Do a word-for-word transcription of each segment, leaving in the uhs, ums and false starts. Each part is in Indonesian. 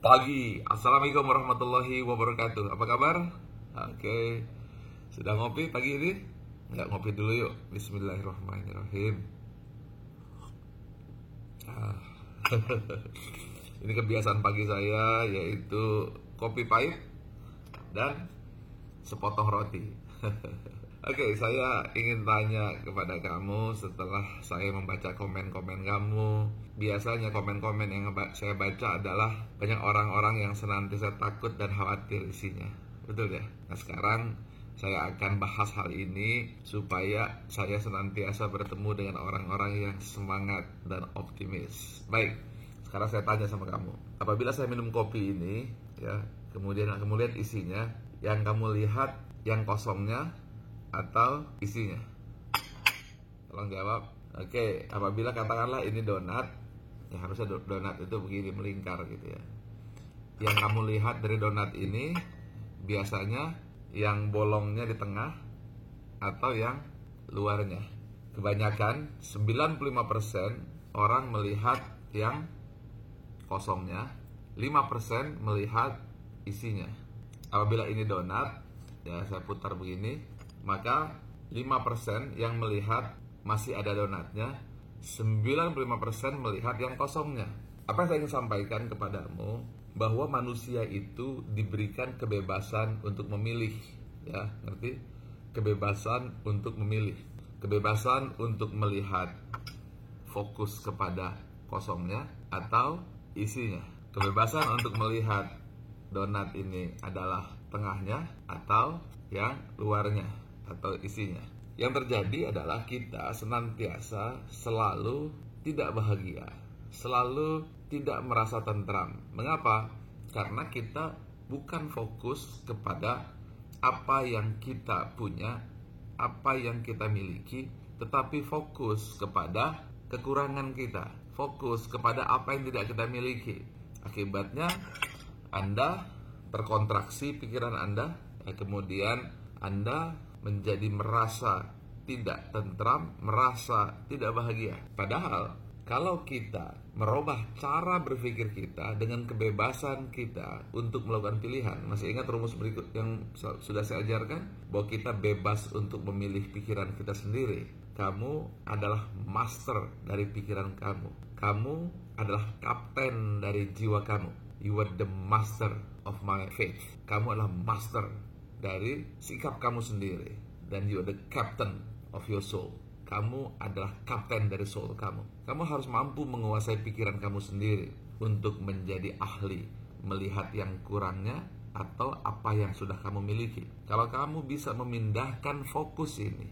Pagi. Assalamualaikum warahmatullahi wabarakatuh. Apa kabar? Oke. Sudah ngopi pagi ini? Nggak ngopi dulu yuk. Bismillahirrahmanirrahim. Ah. Ini kebiasaan pagi saya, yaitu kopi pahit dan sepotong roti. Oke, saya ingin tanya kepada kamu setelah saya membaca komen-komen kamu. Biasanya komen-komen yang saya baca adalah banyak orang-orang yang senantiasa takut dan khawatir isinya. Betul ya? Nah, sekarang saya akan bahas hal ini supaya saya senantiasa bertemu dengan orang-orang yang semangat dan optimis. Baik, sekarang saya tanya sama kamu. Apabila saya minum kopi ini, ya, kemudian kamu lihat isinya, yang kamu lihat yang kosongnya atau isinya? Tolong jawab. Oke, apabila katakanlah ini donat, ya harusnya donat itu begini melingkar gitu ya. Yang kamu lihat dari donat ini biasanya yang bolongnya di tengah atau yang luarnya. Kebanyakan sembilan puluh lima persen orang melihat yang kosongnya, lima persen melihat isinya. Apabila ini donat, ya saya putar begini, maka lima persen yang melihat masih ada donatnya, sembilan puluh lima persen melihat yang kosongnya. Apa yang saya ingin sampaikan kepadamu, bahwa manusia itu diberikan kebebasan untuk memilih, ya, ngerti? Kebebasan untuk memilih, kebebasan untuk melihat fokus kepada kosongnya atau isinya, kebebasan untuk melihat donat ini adalah tengahnya atau yang luarnya atau isinya. Yang terjadi adalah kita senantiasa selalu tidak bahagia, selalu tidak merasa tentram. Mengapa? Karena kita bukan fokus kepada apa yang kita punya, apa yang kita miliki, tetapi fokus kepada kekurangan kita, fokus kepada apa yang tidak kita miliki. Akibatnya Anda terkontraksi pikiran Anda, ya, kemudian Anda menjadi merasa tidak tentram, merasa tidak bahagia. Padahal kalau kita merubah cara berpikir kita dengan kebebasan kita untuk melakukan pilihan. Masih ingat rumus berikut yang sudah saya ajarkan? Bahwa kita bebas untuk memilih pikiran kita sendiri. Kamu adalah master dari pikiran kamu. Kamu adalah kapten dari jiwa kamu. You are the master of my faith. Kamu adalah master dari sikap kamu sendiri. Dan you are the captain of your soul. Kamu adalah kapten dari soul kamu. Kamu harus mampu menguasai pikiran kamu sendiri untuk menjadi ahli melihat yang kurangnya atau apa yang sudah kamu miliki. Kalau kamu bisa memindahkan fokus ini,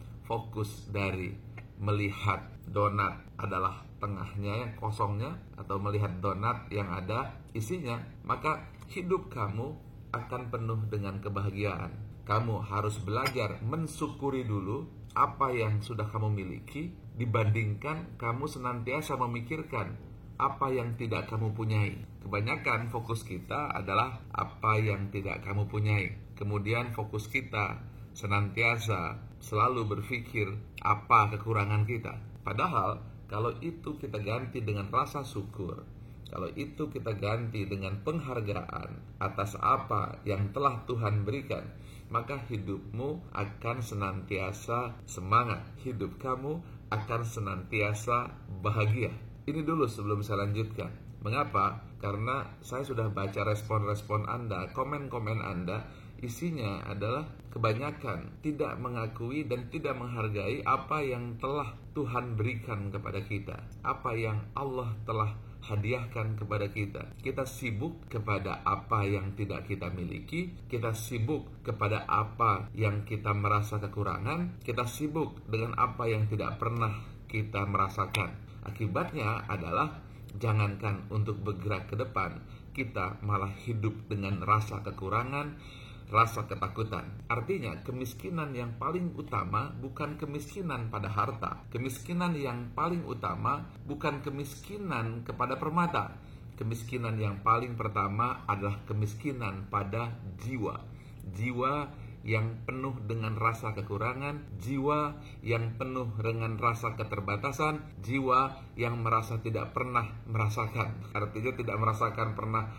fokus dari melihat donat adalah tengahnya yang kosongnya atau melihat donat yang ada isinya, maka hidup kamu akan penuh dengan kebahagiaan. Kamu harus belajar mensyukuri dulu apa yang sudah kamu miliki dibandingkan kamu senantiasa memikirkan apa yang tidak kamu punyai. Kebanyakan fokus kita adalah apa yang tidak kamu punyai. Kemudian fokus kita senantiasa selalu berpikir apa kekurangan kita. Padahal kalau itu kita ganti dengan rasa syukur, kalau itu kita ganti dengan penghargaan atas apa yang telah Tuhan berikan, maka hidupmu akan senantiasa semangat. Hidup kamu akan senantiasa bahagia. Ini dulu sebelum saya lanjutkan. Mengapa? Karena saya sudah baca respon-respon Anda, komen-komen Anda. Isinya adalah kebanyakan tidak mengakui dan tidak menghargai apa yang telah Tuhan berikan kepada kita, apa yang Allah telah hadiahkan kepada kita. Kita sibuk kepada apa yang tidak kita miliki, kita sibuk kepada apa yang kita merasa kekurangan, kita sibuk dengan apa yang tidak pernah kita merasakan. Akibatnya adalah jangankan untuk bergerak ke depan, kita malah hidup dengan rasa kekurangan, rasa ketakutan. Artinya kemiskinan yang paling utama bukan kemiskinan pada harta. Kemiskinan yang paling utama bukan kemiskinan kepada permata. Kemiskinan yang paling pertama adalah kemiskinan pada jiwa. Jiwa yang penuh dengan rasa kekurangan, jiwa yang penuh dengan rasa keterbatasan, jiwa yang merasa tidak pernah merasakan. Artinya tidak merasakan pernah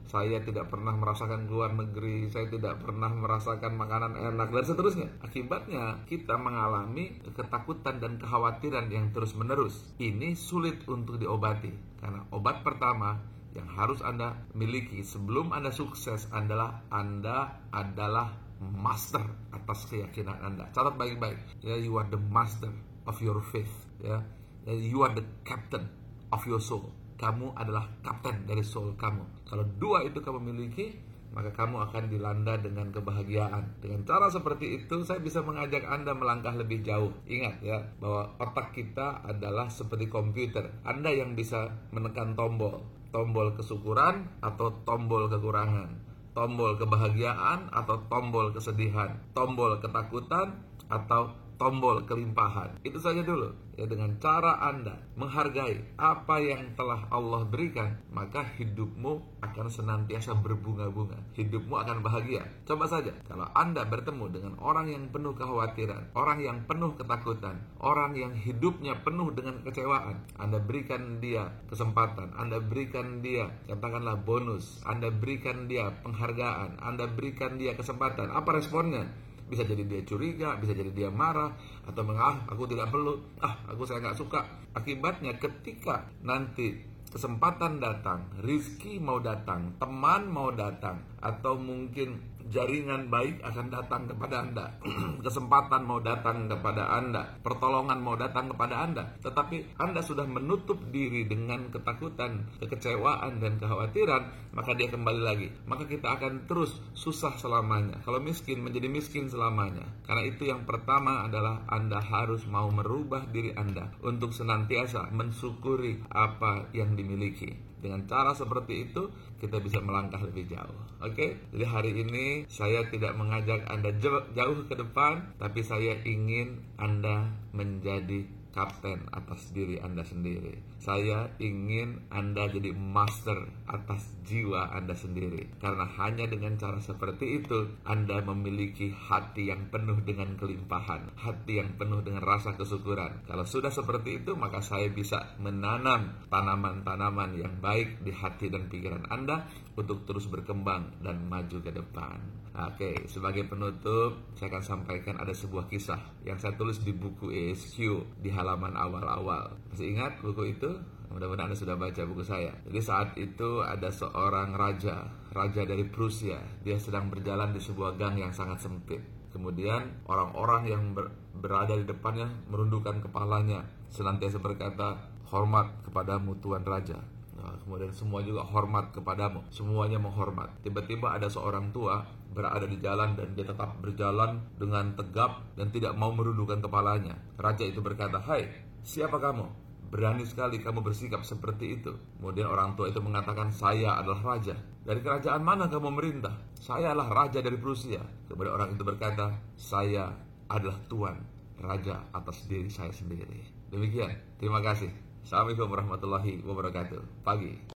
saya tidak pernah merasakan keluar negeri, saya tidak pernah merasakan makanan enak, dan seterusnya. Akibatnya kita mengalami ketakutan dan kekhawatiran yang terus-menerus. Ini sulit untuk diobati, karena obat pertama yang harus Anda miliki sebelum Anda sukses adalah Anda adalah master atas keyakinan Anda. Catat baik-baik, ya, you are the master of your faith, ya, you are the captain of your soul. Kamu adalah kapten dari soul kamu. Kalau dua itu kamu miliki, maka kamu akan dilanda dengan kebahagiaan. Dengan cara seperti itu, saya bisa mengajak Anda melangkah lebih jauh. Ingat ya, bahwa otak kita adalah seperti komputer. Anda yang bisa menekan tombol, tombol kesyukuran atau tombol kekurangan, tombol kebahagiaan atau tombol kesedihan, tombol ketakutan atau tombol kelimpahan. Itu saja dulu. Ya, dengan cara Anda menghargai apa yang telah Allah berikan, maka hidupmu akan senantiasa berbunga-bunga. Hidupmu akan bahagia. Coba saja, kalau Anda bertemu dengan orang yang penuh kekhawatiran, orang yang penuh ketakutan, orang yang hidupnya penuh dengan kecewaan, Anda berikan dia kesempatan, Anda berikan dia, katakanlah bonus, Anda berikan dia penghargaan, Anda berikan dia kesempatan. Apa responnya? Bisa jadi dia curiga, bisa jadi dia marah, atau mengah, aku tidak perlu, ah aku saya nggak suka. Akibatnya ketika nanti kesempatan datang, rezeki mau datang, teman mau datang, atau mungkin jaringan baik akan datang kepada Anda, kesempatan mau datang kepada Anda, pertolongan mau datang kepada Anda, tetapi Anda sudah menutup diri dengan ketakutan, kekecewaan, dan kekhawatiran, maka dia kembali lagi. Maka kita akan terus susah selamanya. Kalau miskin, menjadi miskin selamanya. Karena itu yang pertama adalah Anda harus mau merubah diri Anda untuk senantiasa mensyukuri apa yang dimiliki. Dengan cara seperti itu, kita bisa melangkah lebih jauh. Oke, jadi hari ini saya tidak mengajak Anda jauh ke depan, tapi saya ingin Anda menjadi kapten atas diri Anda sendiri. Saya ingin Anda jadi master atas jiwa Anda sendiri. Karena hanya dengan cara seperti itu, Anda memiliki hati yang penuh dengan kelimpahan, hati yang penuh dengan rasa kesyukuran. Kalau sudah seperti itu, maka saya bisa menanam tanaman-tanaman yang baik di hati dan pikiran Anda untuk terus berkembang dan maju ke depan. Oke, sebagai penutup, saya akan sampaikan ada sebuah kisah yang saya tulis di buku E S Q di halaman awal-awal. Masih ingat buku itu? Mudah-mudahan Anda sudah baca buku saya. Jadi saat itu ada seorang raja, raja dari Prusia. Dia sedang berjalan di sebuah gang yang sangat sempit. Kemudian orang-orang yang ber, berada di depannya merundukkan kepalanya, senantiasa berkata, "Hormat kepadamu Tuan Raja." Nah, kemudian semua juga hormat kepadamu. Semuanya menghormat. Tiba-tiba ada seorang tua berada di jalan dan dia tetap berjalan dengan tegap dan tidak mau merundukkan kepalanya. Raja itu berkata, "Hai, siapa kamu? Berani sekali kamu bersikap seperti itu." Kemudian orang tua itu mengatakan, "Saya adalah raja." "Dari kerajaan mana kamu merintah?" "Saya adalah raja dari Prusia." Kemudian orang itu berkata, "Saya adalah tuan, raja atas diri saya sendiri." Demikian, terima kasih. Assalamualaikum warahmatullahi wabarakatuh. Pagi.